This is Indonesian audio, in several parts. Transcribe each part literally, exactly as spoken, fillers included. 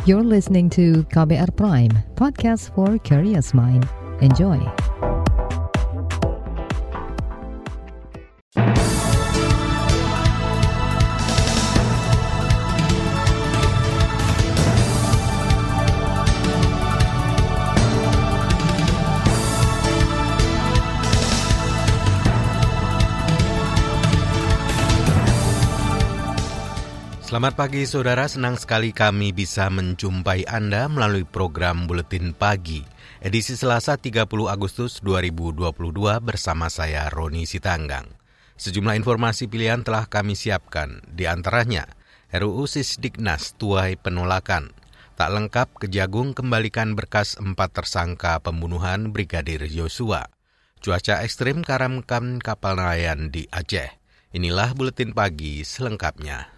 You're listening to K B R Prime, podcast for curious mind. Enjoy. Selamat pagi saudara, senang sekali kami bisa menjumpai Anda melalui program Buletin Pagi, edisi Selasa tiga puluh Agustus dua ribu dua puluh dua bersama saya Roni Sitanggang. Sejumlah informasi pilihan telah kami siapkan, di antaranya R U U Sisdiknas tuai penolakan, tak lengkap Kejagung kembalikan berkas empat tersangka pembunuhan Brigadir Yosua, cuaca ekstrim karamkan kapal nelayan di Aceh. Inilah Buletin Pagi selengkapnya.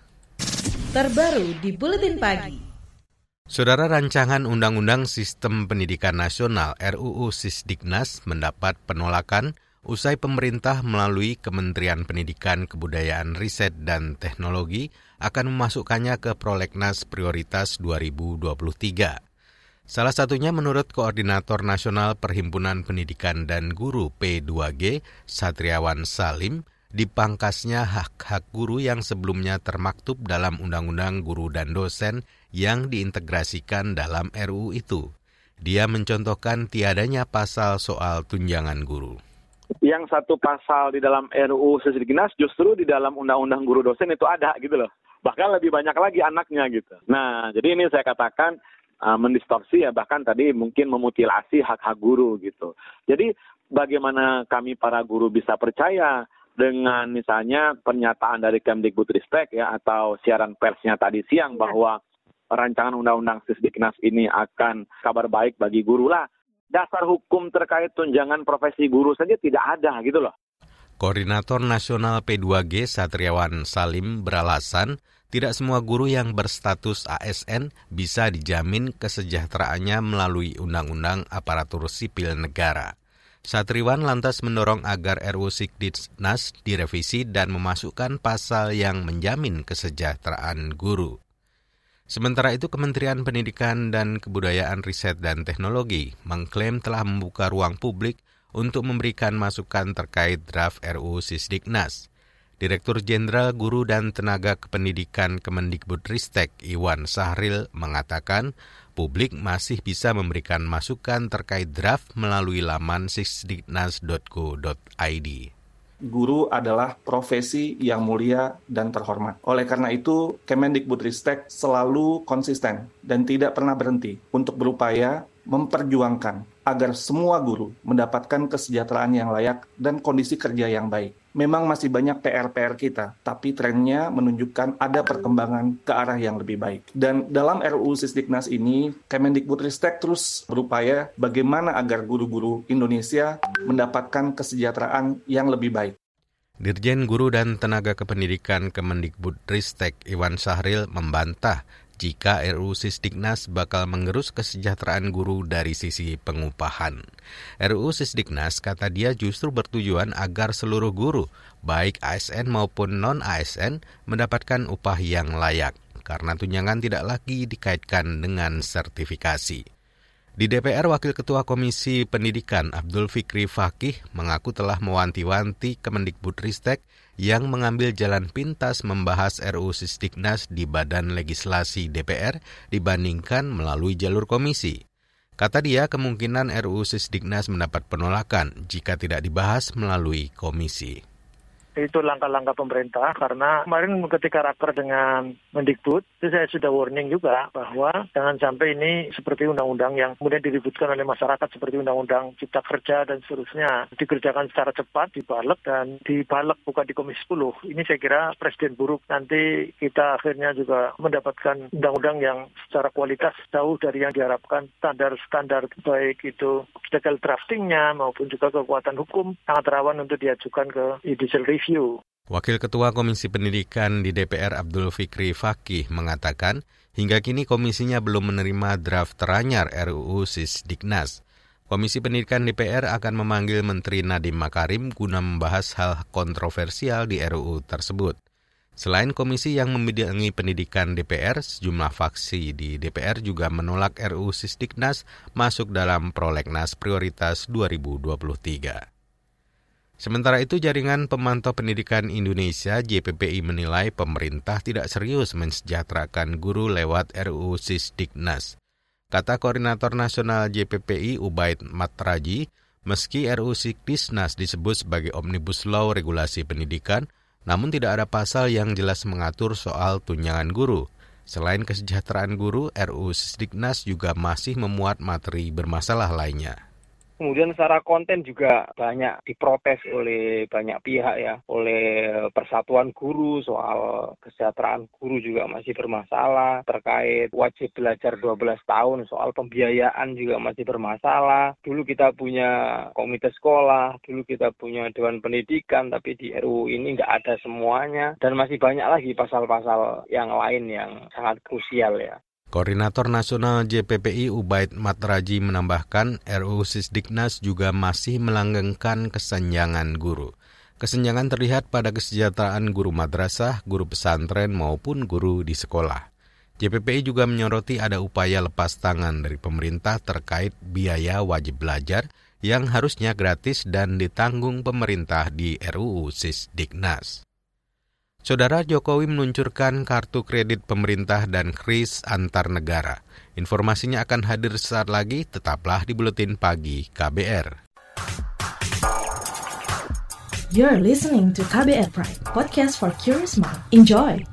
Terbaru di Buletin Pagi. Saudara, rancangan Undang-Undang Sistem Pendidikan Nasional R U U Sisdiknas mendapat penolakan usai pemerintah melalui Kementerian Pendidikan, Kebudayaan, Riset, dan Teknologi akan memasukkannya ke Prolegnas Prioritas dua ribu dua puluh tiga. Salah satunya menurut Koordinator Nasional Perhimpunan Pendidikan dan Guru P dua G, Satriawan Salim, dipangkasnya hak-hak guru yang sebelumnya termaktub dalam Undang-Undang Guru dan Dosen yang diintegrasikan dalam R U U itu. Dia mencontohkan tiadanya pasal soal tunjangan guru. Yang satu pasal di dalam R U U Sisdiknas justru di dalam Undang-Undang Guru Dosen itu ada gitu loh. Bahkan lebih banyak lagi anaknya gitu. Nah, jadi ini saya katakan uh, mendistorsi ya, bahkan tadi mungkin memutilasi hak-hak guru gitu. Jadi bagaimana kami para guru bisa percaya dengan misalnya pernyataan dari Kemdikbudristek ya, atau siaran persnya tadi siang bahwa rancangan Undang-Undang Sisdiknas ini akan kabar baik bagi guru lah. Dasar hukum terkait tunjangan profesi guru saja tidak ada gitu loh. Koordinator Nasional P dua G Satriawan Salim beralasan tidak semua guru yang berstatus A S N bisa dijamin kesejahteraannya melalui Undang-Undang Aparatur Sipil Negara. Satriwan lantas mendorong agar R U U Sisdiknas direvisi dan memasukkan pasal yang menjamin kesejahteraan guru. Sementara itu, Kementerian Pendidikan dan Kebudayaan, Riset, dan Teknologi mengklaim telah membuka ruang publik untuk memberikan masukan terkait draft R U U Sisdiknas. Direktur Jenderal Guru dan Tenaga Kependidikan Kemendikbudristek Iwan Sahril mengatakan publik masih bisa memberikan masukan terkait draft melalui laman sisdiknas dot go dot i d. Guru adalah profesi yang mulia dan terhormat. Oleh karena itu, Kemendikbudristek selalu konsisten dan tidak pernah berhenti untuk berupaya memperjuangkan agar semua guru mendapatkan kesejahteraan yang layak dan kondisi kerja yang baik. Memang masih banyak P R-P R kita, tapi trennya menunjukkan ada perkembangan ke arah yang lebih baik. Dan dalam R U U Sisdiknas ini, Kemendikbudristek terus berupaya bagaimana agar guru-guru Indonesia mendapatkan kesejahteraan yang lebih baik. Dirjen Guru dan Tenaga Kependidikan Kemendikbudristek Iwan Sahril membantah jika R U U Sisdiknas bakal mengerus kesejahteraan guru dari sisi pengupahan. R U U Sisdiknas, kata dia, justru bertujuan agar seluruh guru, baik A S N maupun non-A S N, mendapatkan upah yang layak, karena tunjangan tidak lagi dikaitkan dengan sertifikasi. Di D P R, Wakil Ketua Komisi Pendidikan Abdul Fikri Fakih mengaku telah mewanti-wanti Kemendikbudristek yang mengambil jalan pintas membahas R U U Sisdiknas di Badan Legislasi D P R dibandingkan melalui jalur komisi. Kata dia, kemungkinan R U U Sisdiknas mendapat penolakan jika tidak dibahas melalui komisi. Itu langkah-langkah pemerintah, karena kemarin ketika raker dengan Mendikbud, itu saya sudah warning juga bahwa jangan sampai ini seperti undang-undang yang kemudian diributkan oleh masyarakat seperti undang-undang Cipta Kerja dan seterusnya. Dikerjakan secara cepat, dibalek dan dibalek bukan di Komisi sepuluh. Ini saya kira presiden buruk. Nanti kita akhirnya juga mendapatkan undang-undang yang secara kualitas jauh dari yang diharapkan. Standar-standar baik itu detail draftingnya maupun juga kekuatan hukum sangat rawan untuk diajukan ke judicial review. Wakil Ketua Komisi Pendidikan di D P R Abdul Fikri Fakih mengatakan hingga kini komisinya belum menerima draft teranyar R U U Sisdiknas. Komisi Pendidikan D P R akan memanggil Menteri Nadiem Makarim guna membahas hal kontroversial di R U U tersebut. Selain komisi yang membidangi pendidikan D P R, sejumlah faksi di D P R juga menolak R U Sisdiknas masuk dalam prolegnas prioritas dua ribu dua puluh tiga. Sementara itu, Jaringan Pemantau Pendidikan Indonesia J P P I menilai pemerintah tidak serius mensejahterakan guru lewat R U Sisdiknas. Kata Koordinator Nasional J P P I Ubaid Matraji, meski R U Sisdiknas disebut sebagai Omnibus Law Regulasi Pendidikan, namun tidak ada pasal yang jelas mengatur soal tunjangan guru. Selain kesejahteraan guru, R U Sisdiknas juga masih memuat materi bermasalah lainnya. Kemudian secara konten juga banyak diprotes oleh banyak pihak ya, oleh Persatuan Guru, soal kesejahteraan guru juga masih bermasalah, terkait wajib belajar dua belas tahun, soal pembiayaan juga masih bermasalah. Dulu kita punya komite sekolah, dulu kita punya Dewan Pendidikan, tapi di R U ini nggak ada semuanya, dan masih banyak lagi pasal-pasal yang lain yang sangat krusial ya. Koordinator Nasional J P P I Ubaid Matraji menambahkan R U Sisdiknas juga masih melanggengkan kesenjangan guru. Kesenjangan terlihat pada kesejahteraan guru madrasah, guru pesantren maupun guru di sekolah. J P P I juga menyoroti ada upaya lepas tangan dari pemerintah terkait biaya wajib belajar yang harusnya gratis dan ditanggung pemerintah di R U U Sisdiknas. Saudara, Jokowi meluncurkan kartu kredit pemerintah dan kris antar negara. Informasinya akan hadir sesaat lagi, tetaplah di Buletin Pagi K B R. You're listening to K B R Prime, podcast for curious mind. Enjoy!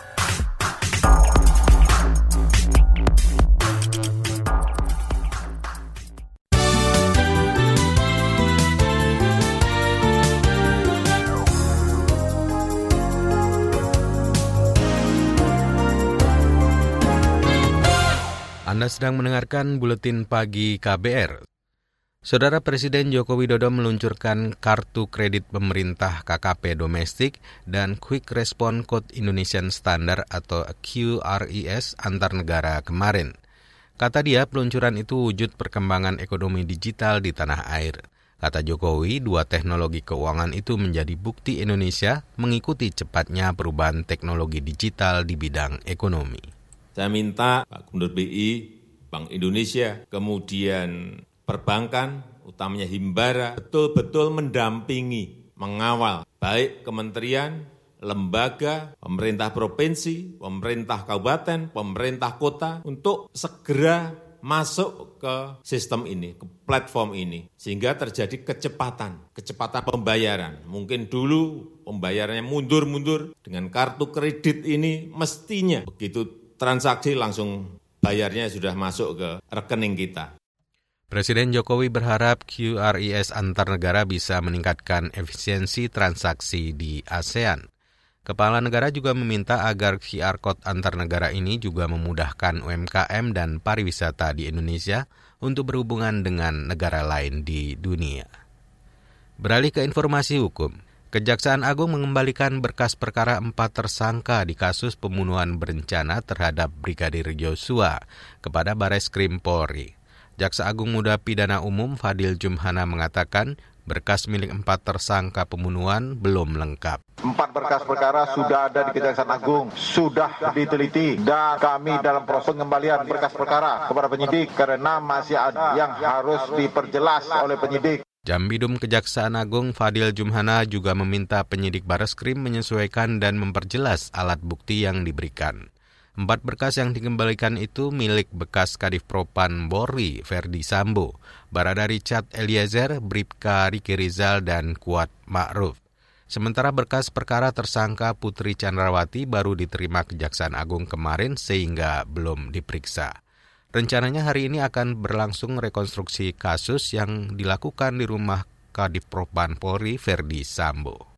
Anda sedang mendengarkan Buletin Pagi K B R. Saudara, Presiden Joko Widodo meluncurkan kartu kredit pemerintah K K P domestik dan Quick Response Code Indonesian Standard atau Q R I S antar negara kemarin. Kata dia, peluncuran itu wujud perkembangan ekonomi digital di tanah air. Kata Jokowi, dua teknologi keuangan itu menjadi bukti Indonesia mengikuti cepatnya perubahan teknologi digital di bidang ekonomi. Saya minta Pak Gubernur B I, Bank Indonesia, kemudian perbankan, utamanya Himbara, betul-betul mendampingi, mengawal, baik kementerian, lembaga, pemerintah provinsi, pemerintah kabupaten, pemerintah kota, untuk segera masuk ke sistem ini, ke platform ini, sehingga terjadi kecepatan, kecepatan pembayaran. Mungkin dulu pembayarannya mundur-mundur, dengan kartu kredit ini mestinya begitu transaksi langsung bayarnya sudah masuk ke rekening kita. Presiden Jokowi berharap Q R I S antar negara bisa meningkatkan efisiensi transaksi di ASEAN. Kepala negara juga meminta agar Q R Code antar negara ini juga memudahkan U M K M dan pariwisata di Indonesia untuk berhubungan dengan negara lain di dunia. Beralih ke informasi hukum. Kejaksaan Agung mengembalikan berkas perkara empat tersangka di kasus pembunuhan berencana terhadap Brigadir Joshua kepada Bareskrim Polri. Jaksa Agung Muda Pidana Umum Fadil Jumhana mengatakan berkas milik empat tersangka pembunuhan belum lengkap. Empat berkas perkara sudah ada di Kejaksaan Agung, sudah diteliti, dan kami dalam proses pengembalian berkas perkara kepada penyidik karena masih ada yang harus diperjelas oleh penyidik. Jambidum Kejaksaan Agung Fadil Jumhana juga meminta penyidik Bareskrim menyesuaikan dan memperjelas alat bukti yang diberikan. Empat berkas yang dikembalikan itu milik bekas Kadif Propam Polri Verdi Sambo, Barada Richard Eliezer, Bribka Riki Rizal, dan Kuat Ma'ruf. Sementara berkas perkara tersangka Putri Chandrawati baru diterima Kejaksaan Agung kemarin sehingga belum diperiksa. Rencananya hari ini akan berlangsung rekonstruksi kasus yang dilakukan di rumah Kadif Propam Polri Verdi Sambo.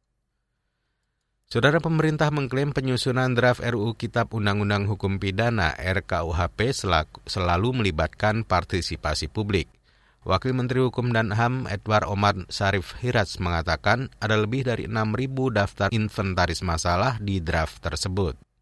Saudara, pemerintah mengklaim penyusunan draft R U Kitab Undang-Undang Hukum Pidana R K U H P selaku, selalu melibatkan partisipasi publik. Wakil Menteri Hukum dan H A M Edward Omar Syarif Hiraj mengatakan ada lebih dari enam ribu daftar inventaris masalah di draft tersebut.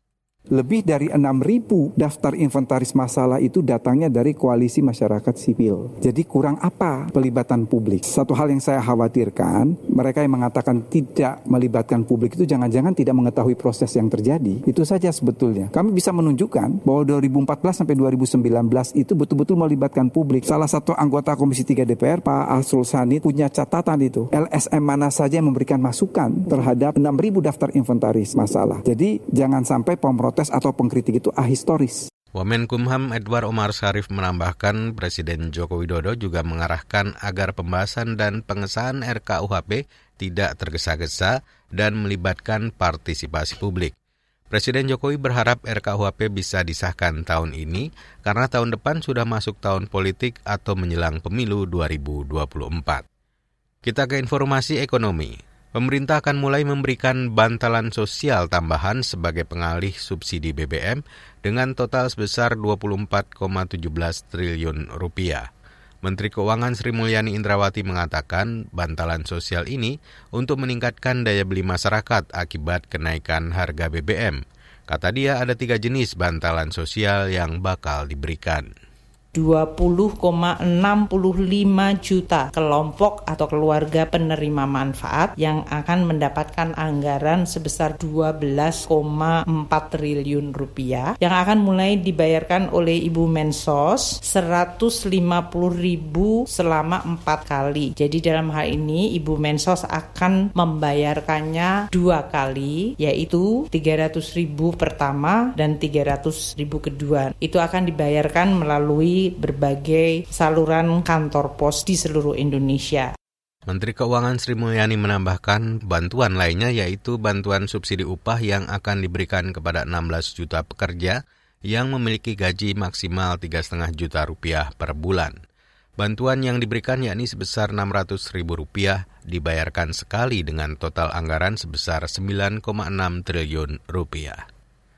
Lebih dari enam ribu daftar inventaris masalah itu datangnya dari koalisi masyarakat sipil. Jadi kurang apa pelibatan publik? Satu hal yang saya khawatirkan, mereka yang mengatakan tidak melibatkan publik itu jangan-jangan tidak mengetahui proses yang terjadi. Itu saja sebetulnya. Kami bisa menunjukkan bahwa dua ribu empat belas sampai dua ribu sembilan belas itu betul-betul melibatkan publik. Salah satu anggota Komisi tiga D P R, Pak Arsul Sani, punya catatan itu. L S M mana saja yang memberikan masukan terhadap enam ribu daftar inventaris masalah. Jadi jangan sampai pemrotes atau pengkritik itu ahistoris. Wamenkumham Edward Omar Syarif menambahkan Presiden Joko Widodo juga mengarahkan agar pembahasan dan pengesahan R K U H P tidak tergesa-gesa dan melibatkan partisipasi publik. Presiden Jokowi berharap R K U H P bisa disahkan tahun ini karena tahun depan sudah masuk tahun politik atau menjelang pemilu dua ribu dua puluh empat. Kita ke informasi ekonomi. Pemerintah akan mulai memberikan bantalan sosial tambahan sebagai pengalih subsidi B B M dengan total sebesar dua puluh empat koma satu tujuh triliun rupiah. Menteri Keuangan Sri Mulyani Indrawati mengatakan bantalan sosial ini untuk meningkatkan daya beli masyarakat akibat kenaikan harga B B M. Kata dia ada tiga jenis bantalan sosial yang bakal diberikan. dua puluh koma enam lima juta kelompok atau keluarga penerima manfaat yang akan mendapatkan anggaran sebesar dua belas koma empat triliun rupiah yang akan mulai dibayarkan oleh Ibu Mensos seratus lima puluh ribu selama empat kali. Jadi dalam hal ini Ibu Mensos akan membayarkannya dua kali, yaitu tiga ratus ribu pertama dan tiga ratus ribu kedua. Itu akan dibayarkan melalui berbagai saluran kantor pos di seluruh Indonesia. Menteri Keuangan Sri Mulyani menambahkan bantuan lainnya yaitu bantuan subsidi upah yang akan diberikan kepada enam belas juta pekerja yang memiliki gaji maksimal tiga koma lima juta rupiah per bulan. Bantuan yang diberikan yakni sebesar enam ratus ribu rupiah dibayarkan sekali dengan total anggaran sebesar sembilan koma enam triliun rupiah.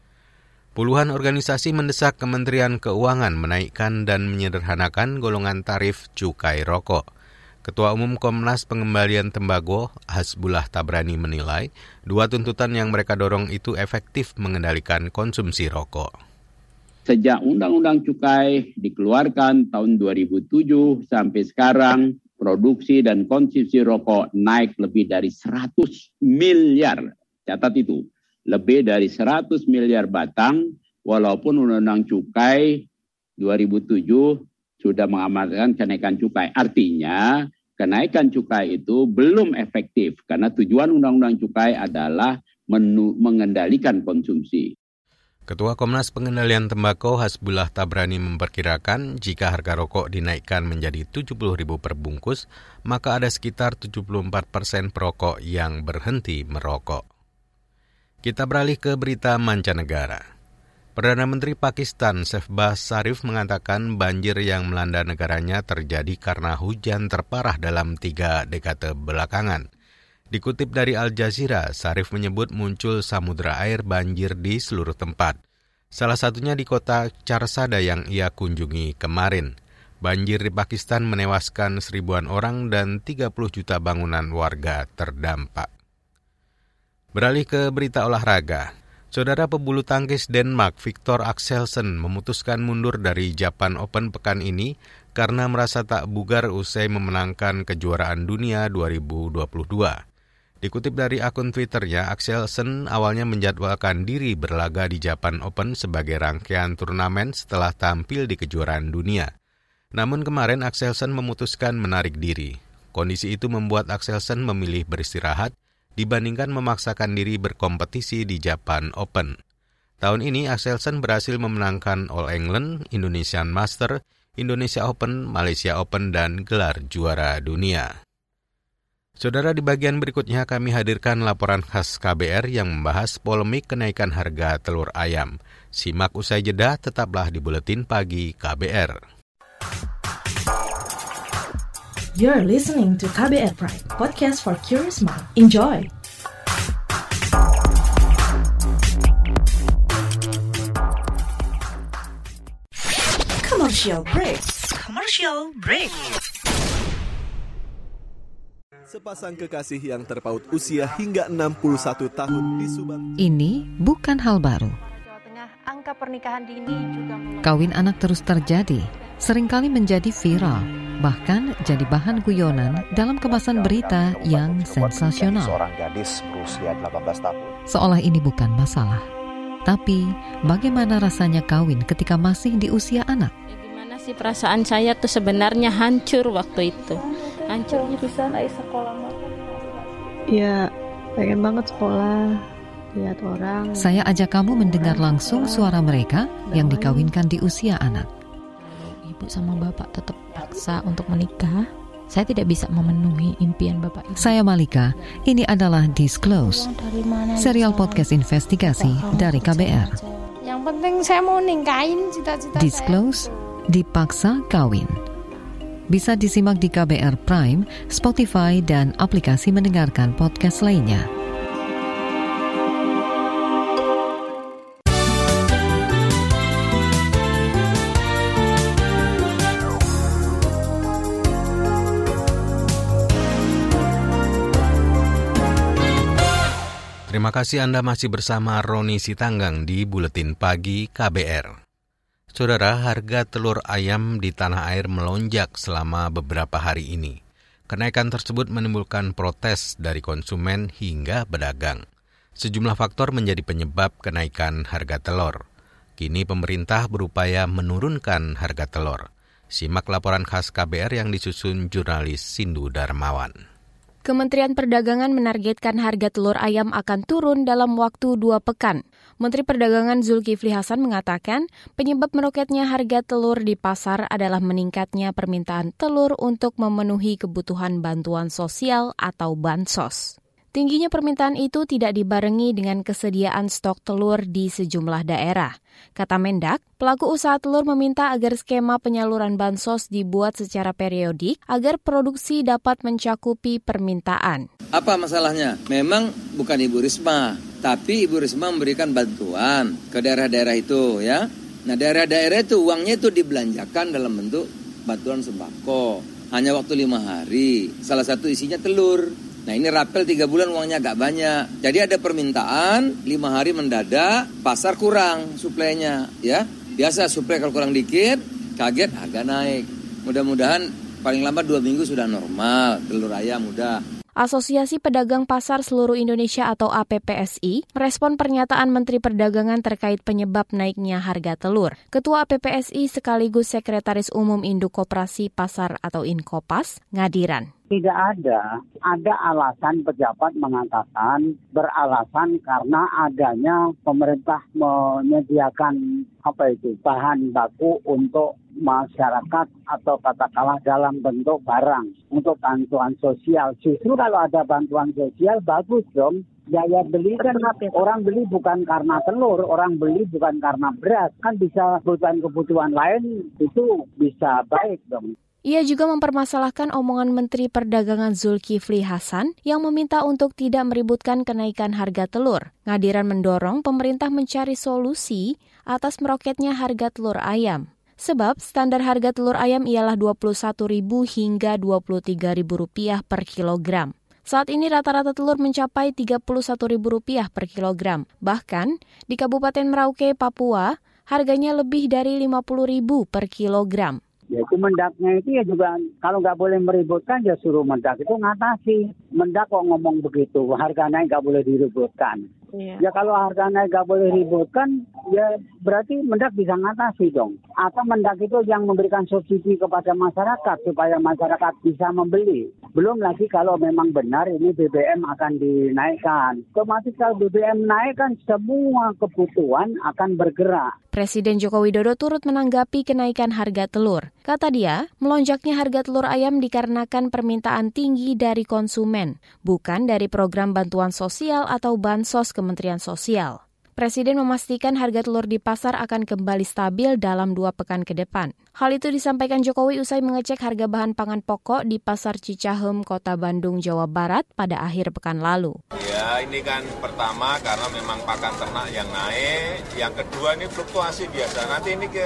Puluhan organisasi mendesak Kementerian Keuangan menaikkan dan menyederhanakan golongan tarif cukai rokok. Ketua Umum Komnas Pengembalian Tembakau, Hasbullah Tabrani menilai, dua tuntutan yang mereka dorong itu efektif mengendalikan konsumsi rokok. Sejak Undang-Undang Cukai dikeluarkan tahun dua ribu tujuh sampai sekarang, produksi dan konsumsi rokok naik lebih dari seratus miliar. Catat itu. Lebih dari seratus miliar batang, walaupun Undang-Undang Cukai dua ribu tujuh sudah mengamanatkan kenaikan cukai. Artinya, kenaikan cukai itu belum efektif, karena tujuan Undang-Undang Cukai adalah menu- mengendalikan konsumsi. Ketua Komnas Pengendalian Tembakau Hasbullah Tabrani memperkirakan jika harga rokok dinaikkan menjadi tujuh puluh ribu per bungkus, maka ada sekitar tujuh puluh empat persen perokok yang berhenti merokok. Kita beralih ke berita mancanegara. Perdana Menteri Pakistan Shehbaz Sharif mengatakan banjir yang melanda negaranya terjadi karena hujan terparah dalam tiga dekade belakangan. Dikutip dari Al Jazeera, Sharif menyebut muncul samudera air banjir di seluruh tempat. Salah satunya di kota Charsada yang ia kunjungi kemarin. Banjir di Pakistan menewaskan seribuan orang dan tiga puluh juta bangunan warga terdampak. Beralih ke berita olahraga. Saudara pebulu tangkis Denmark Victor Axelsen memutuskan mundur dari Japan Open pekan ini karena merasa tak bugar usai memenangkan kejuaraan dunia dua ribu dua puluh dua. Dikutip dari akun Twitternya, Axelsen awalnya menjadwalkan diri berlaga di Japan Open sebagai rangkaian turnamen setelah tampil di kejuaraan dunia. Namun kemarin Axelsen memutuskan menarik diri. Kondisi itu membuat Axelsen memilih beristirahat dibandingkan memaksakan diri berkompetisi di Japan Open. Tahun ini Axelsen berhasil memenangkan All England, Indonesian Master, Indonesia Open, Malaysia Open, dan gelar juara dunia. Saudara, di bagian berikutnya kami hadirkan laporan khas K B R yang membahas polemik kenaikan harga telur ayam. Simak usai jeda, tetaplah di Buletin Pagi K B R. You're listening to K B R Prime, podcast for curious mind. Enjoy! Commercial break. Commercial break. Sepasang kekasih yang terpaut usia hingga enam puluh satu tahun di Subang. Ini bukan hal baru. angka pernikahan dini juga mulai... Kawin anak terus terjadi, seringkali menjadi viral, bahkan jadi bahan guyonan dalam kemasan berita yang sensasional. Seorang gadis berusia delapan belas tahun. Seolah ini bukan masalah. Tapi, bagaimana rasanya kawin ketika masih di usia anak? Ya, gimana sih perasaan saya tuh sebenarnya hancur waktu itu. Hancur. Bisa naik sekolah. Iya, pengen banget sekolah. Lihat orang. Saya ajak kamu mendengar langsung suara mereka yang dikawinkan di usia anak. Ibu sama bapak tetap paksa untuk menikah. Saya tidak bisa memenuhi impian bapak ibu. Saya Malika, ini adalah Disclose, serial podcast investigasi dari K B R. Yang penting saya mau ningkain cita-cita saya. Disclose, dipaksa kawin. Bisa disimak di K B R Prime, Spotify, dan aplikasi mendengarkan podcast lainnya. Terima kasih Anda masih bersama Roni Sitanggang di Buletin Pagi K B R. Saudara, harga telur ayam di tanah air melonjak selama beberapa hari ini. Kenaikan tersebut menimbulkan protes dari konsumen hingga pedagang. Sejumlah faktor menjadi penyebab kenaikan harga telur. Kini pemerintah berupaya menurunkan harga telur. Simak laporan khas K B R yang disusun jurnalis Sindu Darmawan. Kementerian Perdagangan menargetkan harga telur ayam akan turun dalam waktu dua pekan. Menteri Perdagangan Zulkifli Hasan mengatakan penyebab meroketnya harga telur di pasar adalah meningkatnya permintaan telur untuk memenuhi kebutuhan bantuan sosial atau bansos. Tingginya permintaan itu tidak dibarengi dengan kesediaan stok telur di sejumlah daerah. Kata Mendak, pelaku usaha telur meminta agar skema penyaluran bansos dibuat secara periodik agar produksi dapat mencakupi permintaan. Apa masalahnya? Memang bukan Ibu Risma, tapi Ibu Risma memberikan bantuan ke daerah-daerah itu, ya. Nah, daerah-daerah itu uangnya itu dibelanjakan dalam bentuk bantuan sembako. Hanya waktu lima hari, salah satu isinya telur. Nah, ini rapel tiga bulan uangnya agak banyak. Jadi ada permintaan, lima hari mendadak, pasar kurang suplainya, ya. Biasa suplai kalau kurang dikit, kaget harga naik. Mudah-mudahan paling lambat dua minggu sudah normal, telur ayam udah. Asosiasi Pedagang Pasar Seluruh Indonesia atau A P P S I merespon pernyataan Menteri Perdagangan terkait penyebab naiknya harga telur. Ketua A P P S I sekaligus Sekretaris Umum Induk Koperasi Pasar atau Inkopas, Ngadiran. Tidak ada, ada alasan pejabat mengatakan beralasan karena adanya pemerintah menyediakan apa itu bahan baku untuk masyarakat atau katakanlah dalam bentuk barang untuk bantuan sosial. Justru kalau ada bantuan sosial bagus dong. Biaya beli kan orang beli bukan karena telur, orang beli bukan karena beras, kan bisa kebutuhan-kebutuhan lain itu bisa baik dong. Ia juga mempermasalahkan omongan Menteri Perdagangan Zulkifli Hasan yang meminta untuk tidak meributkan kenaikan harga telur. Ngadiran mendorong pemerintah mencari solusi atas meroketnya harga telur ayam. Sebab standar harga telur ayam ialah dua puluh satu ribu hingga dua puluh tiga ribu rupiah per kilogram. Saat ini rata-rata telur mencapai tiga puluh satu ribu rupiah per kilogram. Bahkan di Kabupaten Merauke, Papua, harganya lebih dari lima puluh ribu per kilogram. Ya itu Mendaknya itu ya juga kalau nggak boleh meributkan ya suruh Mendak itu ngatasi. Mendak kok ngomong begitu, harga naik nggak boleh diributkan. Iya. Ya kalau harga naik nggak boleh ributkan, ya berarti Mendak bisa ngatasi dong. Atau Mendak itu yang memberikan subsidi kepada masyarakat supaya masyarakat bisa membeli. Belum lagi kalau memang benar ini B B M akan dinaikkan. Otomatis kalau B B M naik kan semua kebutuhan akan bergerak. Presiden Joko Widodo turut menanggapi kenaikan harga telur. Kata dia, melonjaknya harga telur ayam dikarenakan permintaan tinggi dari konsumen, bukan dari program bantuan sosial atau bansos Kementerian Sosial. Presiden memastikan harga telur di pasar akan kembali stabil dalam dua pekan ke depan. Hal itu disampaikan Jokowi usai mengecek harga bahan pangan pokok di Pasar Cicahem, Kota Bandung, Jawa Barat pada akhir pekan lalu. Ya, ini kan pertama karena memang pakan ternak yang naik. Yang kedua ini fluktuasi biasa. Nanti ini ke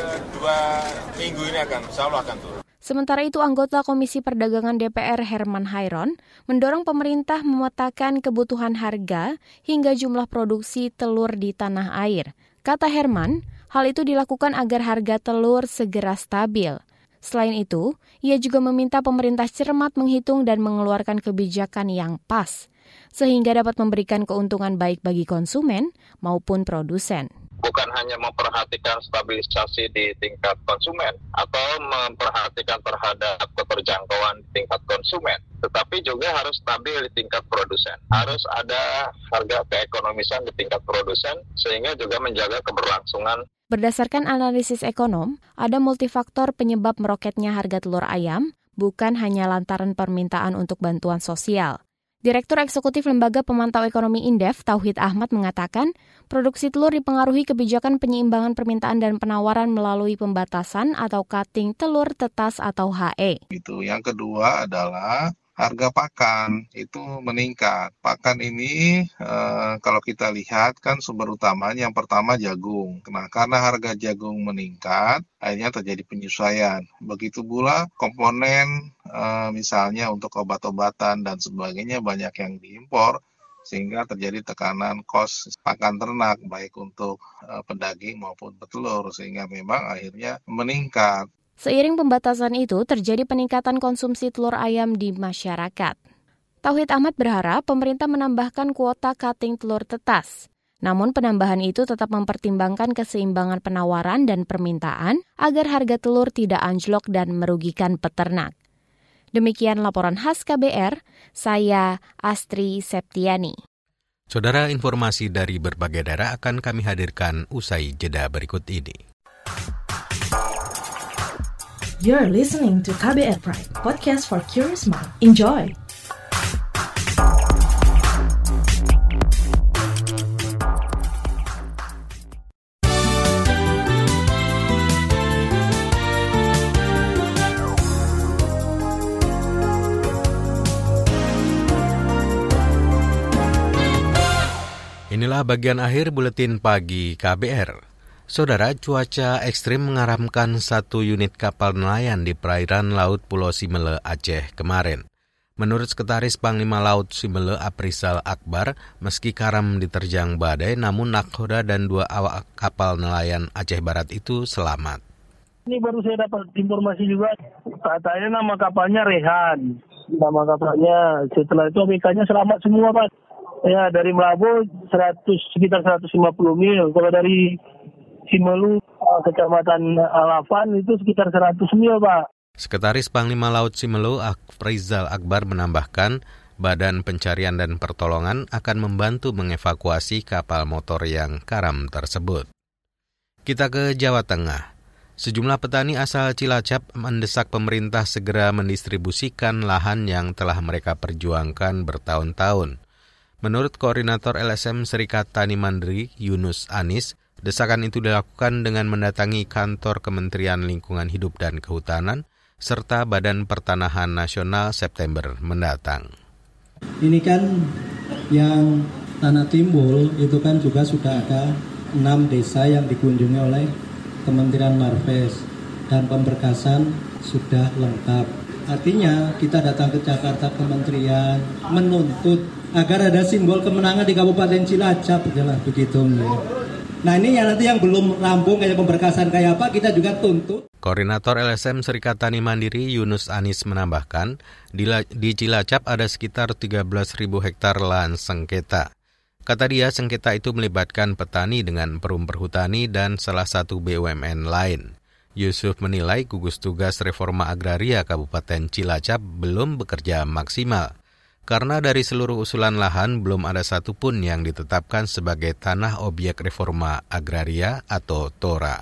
dua minggu ini akan, insya Allah akan turun. Sementara itu, anggota Komisi Perdagangan D P R Herman Hairon mendorong pemerintah memetakan kebutuhan harga hingga jumlah produksi telur di tanah air. Kata Herman, hal itu dilakukan agar harga telur segera stabil. Selain itu, ia juga meminta pemerintah cermat menghitung dan mengeluarkan kebijakan yang pas, sehingga dapat memberikan keuntungan baik bagi konsumen maupun produsen. Bukan hanya memperhatikan stabilisasi di tingkat konsumen atau memperhatikan terhadap keterjangkauan di tingkat konsumen, tetapi juga harus stabil di tingkat produsen. Harus ada harga keekonomisan di tingkat produsen sehingga juga menjaga keberlangsungan. Berdasarkan analisis ekonom, ada multifaktor penyebab meroketnya harga telur ayam, bukan hanya lantaran permintaan untuk bantuan sosial. Direktur Eksekutif Lembaga Pemantau Ekonomi Indef, Tauhid Ahmad, mengatakan produksi telur dipengaruhi kebijakan penyeimbangan permintaan dan penawaran melalui pembatasan atau cutting telur tetas atau H E. Itu. Yang kedua adalah harga pakan itu meningkat. Pakan ini eh, kalau kita lihat kan sumber utamanya yang pertama jagung. Nah, karena harga jagung meningkat, akhirnya terjadi penyesuaian. Begitu pula komponen eh, misalnya untuk obat-obatan dan sebagainya banyak yang diimpor, sehingga terjadi tekanan kos pakan ternak baik untuk eh, pedaging maupun petelur, sehingga memang akhirnya meningkat. Seiring pembatasan itu, terjadi peningkatan konsumsi telur ayam di masyarakat. Tauhid Ahmad berharap pemerintah menambahkan kuota cutting telur tetas. Namun penambahan itu tetap mempertimbangkan keseimbangan penawaran dan permintaan agar harga telur tidak anjlok dan merugikan peternak. Demikian laporan khas K B R, saya Astri Septiani. Saudara, informasi dari berbagai daerah akan kami hadirkan usai jeda berikut ini. You're listening to K B R Prime, podcast for curious mind. Enjoy! Inilah bagian akhir buletin pagi K B R. Saudara, cuaca ekstrim mengaramkan satu unit kapal nelayan di perairan Laut Pulau Simele, Aceh kemarin. Menurut Sekretaris Panglima Laut Simele, Aprizal Akbar, meski karam diterjang badai, namun nakhoda dan dua awak kapal nelayan Aceh Barat itu selamat. Ini baru saya dapat informasi juga, katanya nama kapalnya Rehan. Nama kapalnya, setelah itu A B K-nya selamat semua, Pak. Ya, dari Melabu seratus, sekitar seratus lima puluh mil. Kalau dari Simelu, Kecamatan Alafan itu sekitar seratus mil, Pak. Sekretaris Panglima Laut Simelu, Aprizal Akbar, menambahkan Badan Pencarian dan Pertolongan akan membantu mengevakuasi kapal motor yang karam tersebut. Kita ke Jawa Tengah. Sejumlah petani asal Cilacap mendesak pemerintah segera mendistribusikan lahan yang telah mereka perjuangkan bertahun-tahun. Menurut Koordinator L S M Serikat Tani Mandiri, Yunus Anis, desakan itu dilakukan dengan mendatangi kantor Kementerian Lingkungan Hidup dan Kehutanan serta Badan Pertanahan Nasional September mendatang. Ini kan yang Tanah Timbul itu kan juga sudah ada enam desa yang dikunjungi oleh Kementerian Marves dan pemberkasan sudah lengkap. Artinya kita datang ke Jakarta Kementerian menuntut agar ada simbol kemenangan di Kabupaten Cilacap, jelas begitu. Nah ini yang nanti yang belum rampung kayak pemberkasan kayak apa kita juga tuntut. Koordinator L S M Serikat Tani Mandiri Yunus Anis menambahkan, di, di Cilacap ada sekitar tiga belas ribu hektar lahan sengketa. Kata dia, sengketa itu melibatkan petani dengan perum perhutani dan salah satu B U M N lain. Yusuf menilai gugus tugas reforma agraria Kabupaten Cilacap belum bekerja maksimal. Karena dari seluruh usulan lahan belum ada satupun yang ditetapkan sebagai tanah objek reforma agraria atau TORA.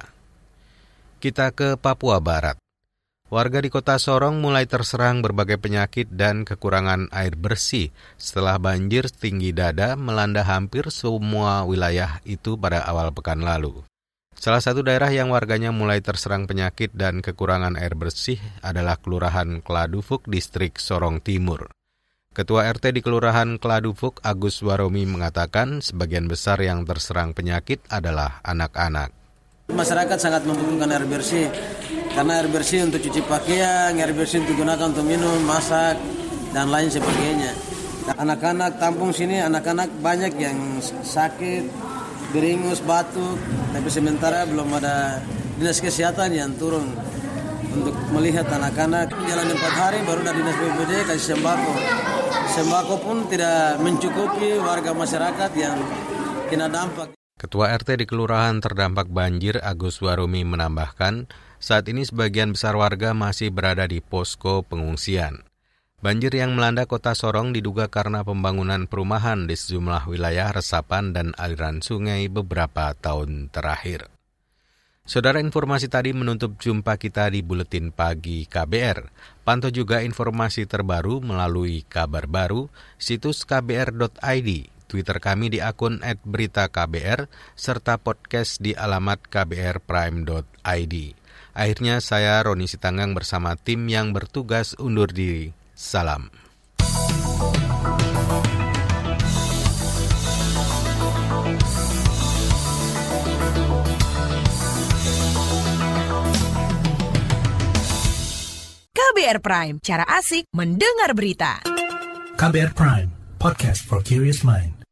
Kita ke Papua Barat. Warga di kota Sorong mulai terserang berbagai penyakit dan kekurangan air bersih setelah banjir setinggi dada melanda hampir semua wilayah itu pada awal pekan lalu. Salah satu daerah yang warganya mulai terserang penyakit dan kekurangan air bersih adalah Kelurahan Kladufuk, Distrik Sorong Timur. Ketua R T di Kelurahan Kladufuk, Agus Waromi, mengatakan sebagian besar yang terserang penyakit adalah anak-anak. Masyarakat sangat membutuhkan air bersih, karena air bersih untuk cuci pakaian, air bersih untuk digunakan untuk minum, masak, dan lain sebagainya. Anak-anak tampung sini, anak-anak banyak yang sakit, beringus, batuk, tapi sementara belum ada dinas kesehatan yang turun untuk melihat anak-anak. Menjalani empat hari baru dari dinas B P B D kasih sembako. Sembako pun tidak mencukupi warga masyarakat yang kena dampak. Ketua R T di Kelurahan terdampak banjir Agus Warumi menambahkan, saat ini sebagian besar warga masih berada di posko pengungsian. Banjir yang melanda kota Sorong diduga karena pembangunan perumahan di sejumlah wilayah resapan dan aliran sungai beberapa tahun terakhir. Saudara, informasi tadi menutup jumpa kita di Buletin Pagi K B R. Pantau juga informasi terbaru melalui kabar baru, situs k b r dot i d, Twitter kami di akun et berita K B R, serta podcast di alamat k b r prime dot i d. Akhirnya saya Roni Sitanggang bersama tim yang bertugas undur diri. Salam. K B R Prime, cara asik mendengar berita. K B R Prime, podcast for curious mind.